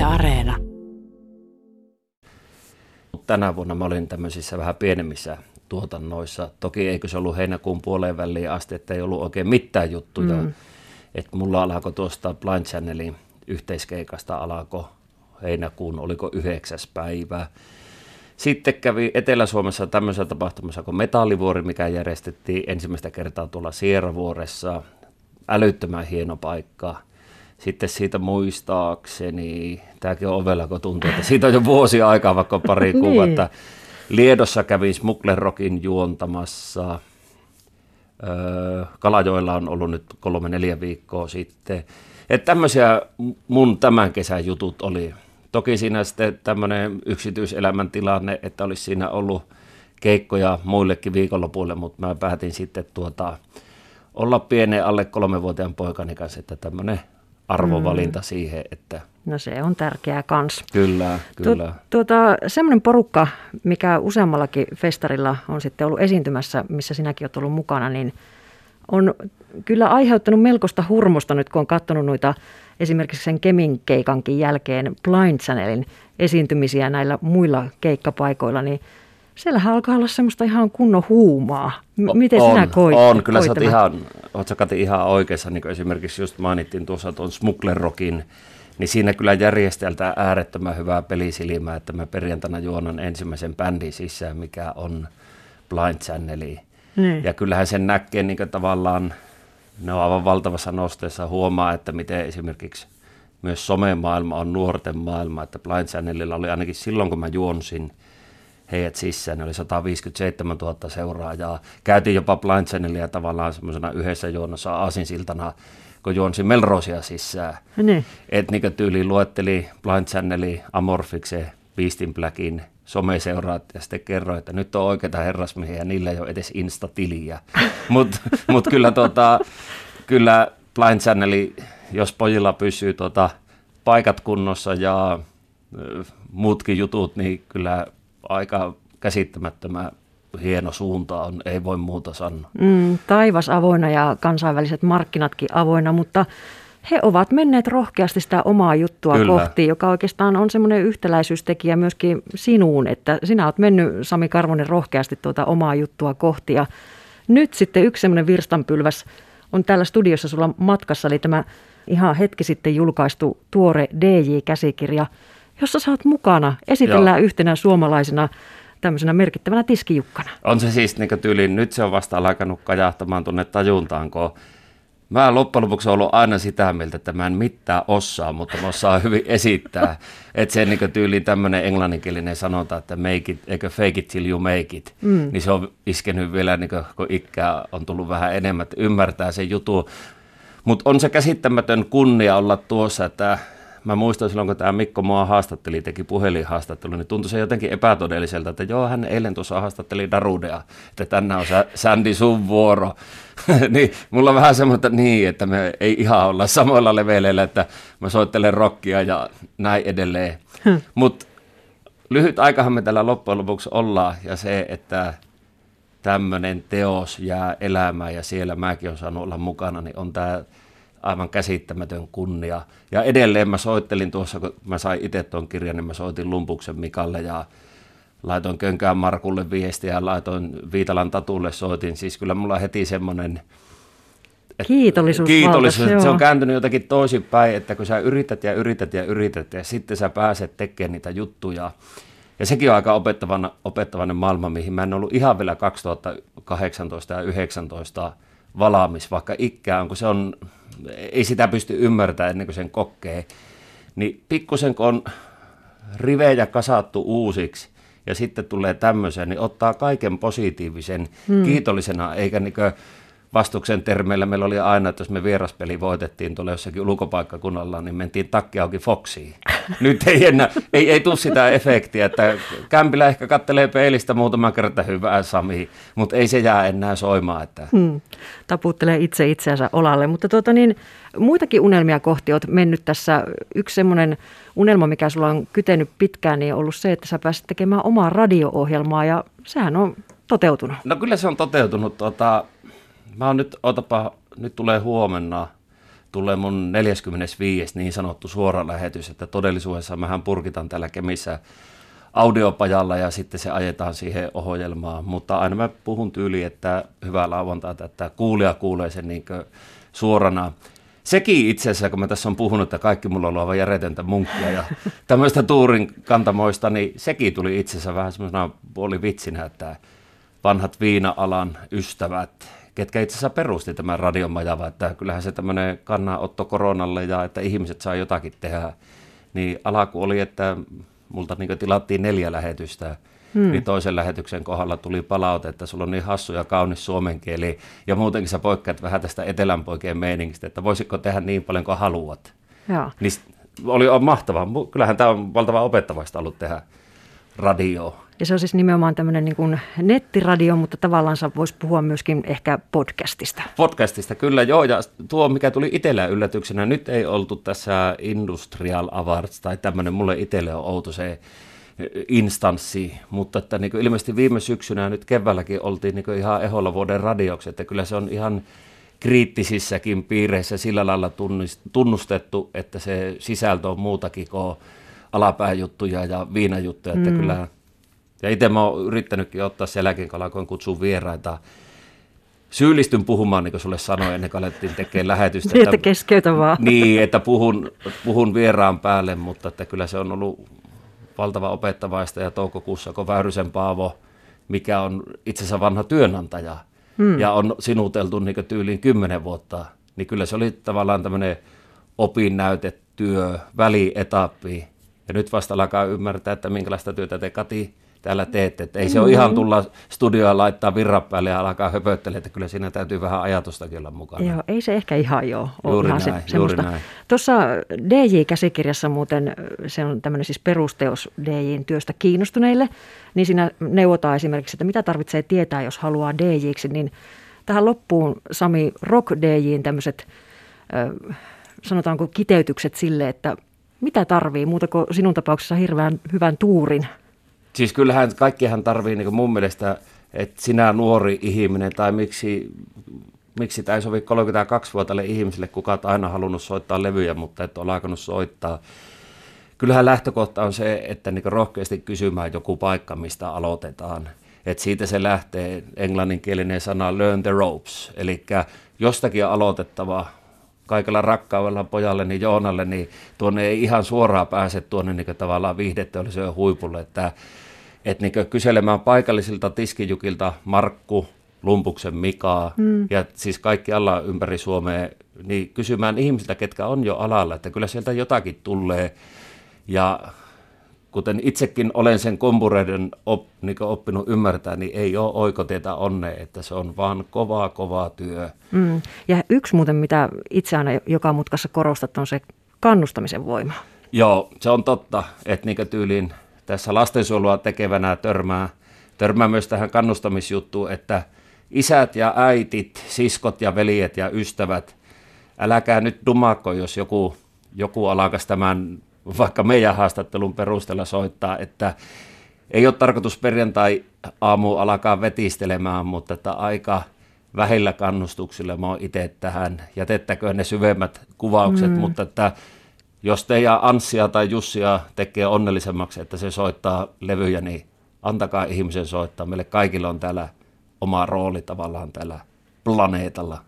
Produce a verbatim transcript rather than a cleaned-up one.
Areena. Tänä vuonna mä olin tämmöisissä vähän pienemmissä tuotannoissa. Toki eikö se ollut heinäkuun puoleen väliin asti, että ei ollut oikein mitään juttuja. Mm. Että mulla alkoi tuosta Blind Channelin yhteiskeikasta alkoi heinäkuun, oliko yhdeksäs päivä. Sitten kävi Etelä-Suomessa tämmöisessä tapahtumassa kuin Metallivuori, mikä järjestettiin ensimmäistä kertaa tuolla Sierravuoressa. Älyttömän hieno paikka. Sitten siitä muistaakseni, tämäkin on ovella, kun tuntuu, että siitä on jo vuosi aikaa, vaikka pari niin. kuukautta. Liedossa kävin Smuggler Rockin juontamassa. Öö, Kalajoella on ollut nyt kolme neljä viikkoa sitten. Että tämmöisiä mun tämän kesän jutut oli. Toki siinä sitten tämmöinen yksityiselämän tilanne, että olisi siinä ollut keikkoja muillekin viikonlopuille, mutta mä päätin sitten tuota, olla pienen alle kolmevuotiaan poikani kanssa, että tämmöinen arvovalinta mm. siihen, että... No se on tärkeää kans. Kyllä, kyllä. Tu- tuota, semmoinen porukka, mikä useammallakin festarilla on sitten ollut esiintymässä, missä sinäkin olet ollut mukana, niin on kyllä aiheuttanut melkoista hurmosta nyt, kun on katsonut noita esimerkiksi sen Kemin keikankin jälkeen Blind Channelin esiintymisiä näillä muilla keikkapaikoilla, niin siellähän alkaa olla semmoista ihan kunnon huumaa. M- miten on, sinä koit? On, kyllä sä oot ihan, oot sä Kati ihan oikeassa, niin kuin esimerkiksi just mainittiin tuossa tuon Smuggler Rockin, niin siinä kyllä järjesteltää äärettömän hyvää pelisilmää, että mä perjantaina juonan ensimmäisen bändin sisään, mikä on Blind Channeli. Niin. Ja kyllähän sen näkee niin kuin tavallaan, ne on aivan valtavassa nosteessa, huomaa, että miten esimerkiksi myös somemaailma on nuorten maailma, että Blind Channelilla oli ainakin silloin, kun mä juonsin heidät sisään, ne oli sata viisikymmentäseitsemäntuhatta seuraajaa. Käytiin jopa Blind Channelia tavallaan semmoisena yhdessä juonnossa aasinsiltana, kun juonsin Melrosea sisään. Niin. Että niin tyyliin luetteli Blind Channeli, Amorfiksen, Beast in Blackin someseuraat ja sitten kerroin, että nyt on oikeita herrasmiehiä ja niillä ei ole edes Insta-tiliä. Mutta mut kyllä, tota, kyllä Blind Channeli, jos pojilla pysyy tota, paikat kunnossa ja äh, muutkin jutut, niin kyllä aika käsittämättömän hieno suunta on, ei voi muuta sanoa. Mm, taivas avoinna ja kansainväliset markkinatkin avoinna, mutta he ovat menneet rohkeasti sitä omaa juttua Kyllä. kohti, joka oikeastaan on semmoinen yhtäläisyystekijä myöskin sinuun, että sinä olet mennyt, Sami Karvonen, rohkeasti tuota omaa juttua kohti. Ja nyt sitten yksi semmoinen virstanpylväs on täällä studiossa sulla matkassa, eli tämä ihan hetki sitten julkaistu tuore D J-käsikirja, jossa sä oot mukana, esitellään Joo. yhtenä suomalaisena tämmöisenä merkittävänä tiskijukkana. On se siis niin tyyliin, nyt se on vasta alkanut kajahtamaan tuonne tajuntaan, kun mä loppujen lopuksi ollut aina sitä mieltä, että mä en mitään osaa, mutta mä osaan hyvin esittää. Että se niin tyyliin tämmöinen englanninkielinen sanonta, että make it, eikö fake it till you make it, mm. niin se on iskenyt vielä, niin kun ikää on tullut vähän enemmän, että ymmärtää sen jutun. Mutta on se käsittämätön kunnia olla tuossa, että mä muistan silloin, kun tämä Mikko mua haastatteli, teki puhelinhaastattelu, niin tuntui se jotenkin epätodelliselta, että joo, hän eilen tuossa haastatteli Darudea, että tänään on Sandy sun vuoro. Niin mulla on vähän semmoista niin, että me ei ihan olla samoilla leveleillä, että mä soittelen rockia ja näin edelleen. Hmm. Mutta lyhyt aikahan me täällä loppujen lopuksi ollaan, ja se, että tämmöinen teos jää elämään ja siellä mäkin olen saanut olla mukana, niin on tämä aivan käsittämätön kunnia. Ja edelleen mä soittelin tuossa, kun mä sain itse tuon kirjan, niin mä soitin Lumpuksen Mikalle ja laitoin Könkään Markulle viestiä ja laitoin Viitalan Tatulle soitin. Siis kyllä mulla heti semmoinen kiitollisuus, kiitollisuus että se on kääntynyt jotenkin toisinpäin, että kun sä yrität ja yrität ja yrität ja sitten sä pääset tekemään niitä juttuja. Ja sekin on aika opettavainen, opettavainen maailma, mihin mä en ollut ihan vielä kaksituhattakahdeksantoista ja yhdeksäntoista valaamis, vaikka ikää on, kun se on, ei sitä pysty ymmärtämään ennen kuin sen kokee. Niin pikkusen kun on rivejä kasattu uusiksi ja sitten tulee tämmöisen, niin ottaa kaiken positiivisen hmm. kiitollisena, eikä niin kuin vastuksen termeillä meillä oli aina, että jos me vieraspeli voitettiin tuolla jossakin ulkopaikkakunnalla, niin mentiin takki auki Foxiin. Nyt ei enää, ei, ei tule sitä efektiä, että kämpillä ehkä kattelee peilistä muutama kerta hyvää Sami, mutta ei se jää enää soimaan. Että. Hmm. Taputtelee itse itseänsä olalle, mutta tuota niin, muitakin unelmia kohti olet mennyt tässä. Yksi semmoinen unelma, mikä sulla on kytenyt pitkään, niin on ollut se, että sä pääsit tekemään omaa radio-ohjelmaa ja sehän on toteutunut. No kyllä se on toteutunut. Tuota, mä oon nyt, otapa, nyt tulee huomenna tulee mun neljäskymmenesviides niin sanottu suora lähetys, että todellisuudessa mähän purkitan täällä Kemissä audiopajalla ja sitten se ajetaan siihen ohjelmaan, mutta aina mä puhun tyyliin, että hyvää lauantaita, että kuulija kuulee sen niin suorana. Sekin itse asiassa, kun mä tässä on puhunut, että kaikki mulla on ollut aivan järjetöntä munkkia ja tämmöistä tuurin kantamoista, niin sekin tuli itse asiassa vähän semmoisena puolivitsinä, että vanhat viina-alan ystävät, ketkä itse asiassa perusti tämän Radiomajava, että kyllähän se tämmöinen kannanotto koronalle ja että ihmiset saa jotakin tehdä, niin alku oli, että multa niin tilattiin neljä lähetystä, hmm. niin toisen lähetyksen kohdalla tuli palaute, että sulla on niin hassu ja kaunis suomen kieli, ja muutenkin sä poikkeat vähän tästä etelänpoikien meiningistä, että voisitko tehdä niin paljon kuin haluat. Joo. Niin oli on mahtavaa. Kyllähän tämä on valtavan opettavaista ollut tehdä radioa. Ja se on siis nimenomaan tämmöinen niin kuin nettiradio, mutta tavallaan voisi puhua myöskin ehkä podcastista. Podcastista, kyllä joo. Ja tuo, mikä tuli itsellä yllätyksenä, nyt ei oltu tässä Industrial Awards tai tämmöinen, mulle itselle on outo se instanssi, mutta että niin kuin ilmeisesti viime syksynä ja nyt keväälläkin oltiin niin kuin ihan eholla vuoden radioksi, että kyllä se on ihan kriittisissäkin piireissä sillä lailla tunnustettu, että se sisältö on muutakin kuin alapääjuttuja ja viinajuttuja, että mm. kyllä. Ja itse mä oon yrittänytkin ottaa selänkin kalaa, kun kutsun vieraita. Syyllistyn puhumaan, niin kuin sulle sanoin, ennen kuin alettiin tekemään lähetystä. Niin, että keskeytä vaan. Niin, että puhun, puhun vieraan päälle, mutta että kyllä se on ollut valtava opettavaista. Ja toukokuussa, kun Väyrysen Paavo, mikä on itse asiassa vanha työnantaja, hmm. ja on sinuteltu niin kuin tyyliin kymmenen vuotta, niin kyllä se oli tavallaan tämmöinen opinnäytetyö, välietappi. Ja nyt vasta alkaa ymmärtää, että minkälaista työtä te, Kati, täällä teette. Että ei mm-hmm. se ole ihan tulla studioon laittaa virran päälle ja alkaa höpöttelemaan, että kyllä siinä täytyy vähän ajatustakin olla mukana. Joo, ei se ehkä ihan joo ole juuri ihan näin, se, juuri näin. Tuossa D J-käsikirjassa muuten, se on tämmöinen siis perusteos D J:n työstä kiinnostuneille, niin siinä neuvotaan esimerkiksi, että mitä tarvitsee tietää, jos haluaa D J:ksi, niin tähän loppuun Sami Rock D J:n tämmöiset, sanotaanko kiteytykset sille, että mitä tarvii muuta kuin sinun tapauksessa hirveän hyvän tuurin? Siis kyllähän kaikkihan tarvii niin kuin mun mielestä, että sinä nuori ihminen tai miksi, miksi tämä ei sovi kolmekymmentäkaksivuotiaille ihmisille, kuka on aina halunnut soittaa levyjä, mutta et ole alkanut soittaa. Kyllähän lähtökohta on se, että niin kuin rohkeasti kysymään joku paikka, mistä aloitetaan. Et siitä se lähtee englanninkielinen sana learn the ropes, eli jostakin on aloitettava. Kaikella rakkaudella pojalleni Joonalle, niin tuonne ei ihan suoraan pääse tuonne niin tavallaan viihdeteollisuuden huipulle, että, että niin kyselemään paikallisilta tiskijukilta Markku, Lumpuksen Mikaa mm. ja siis kaikki alla ympäri Suomea, niin kysymään ihmisiltä, ketkä on jo alalla, että kyllä sieltä jotakin tulee. Ja kuten itsekin olen sen kompureiden op, niin oppinut ymmärtää, niin ei ole oikotietä onnea, että se on vaan kovaa, kovaa työ. Mm. Ja yksi muuten, mitä itse aina joka mutkassa korostat, on se kannustamisen voima. Joo, se on totta, että niin tyyliin tässä lastensuojelua tekevänä törmää, törmää myös tähän kannustamisjuttuun, että isät ja äitit, siskot ja veljet ja ystävät, ääkää nyt dumakko, jos joku, joku alkaisi tämän vaikka meidän haastattelun perusteella soittaa, että ei ole tarkoitus perjantai aamu alkaa vetistelemään, mutta että aika vähillä kannustuksilla mä oon itse tähän. Jätettäköön ne syvemmät kuvaukset, mm. mutta että jos teidän Anssia tai Jussia tekee onnellisemmaksi, että se soittaa levyjä, niin antakaa ihmisen soittaa. Meille kaikille on täällä oma rooli tavallaan täällä planeetalla.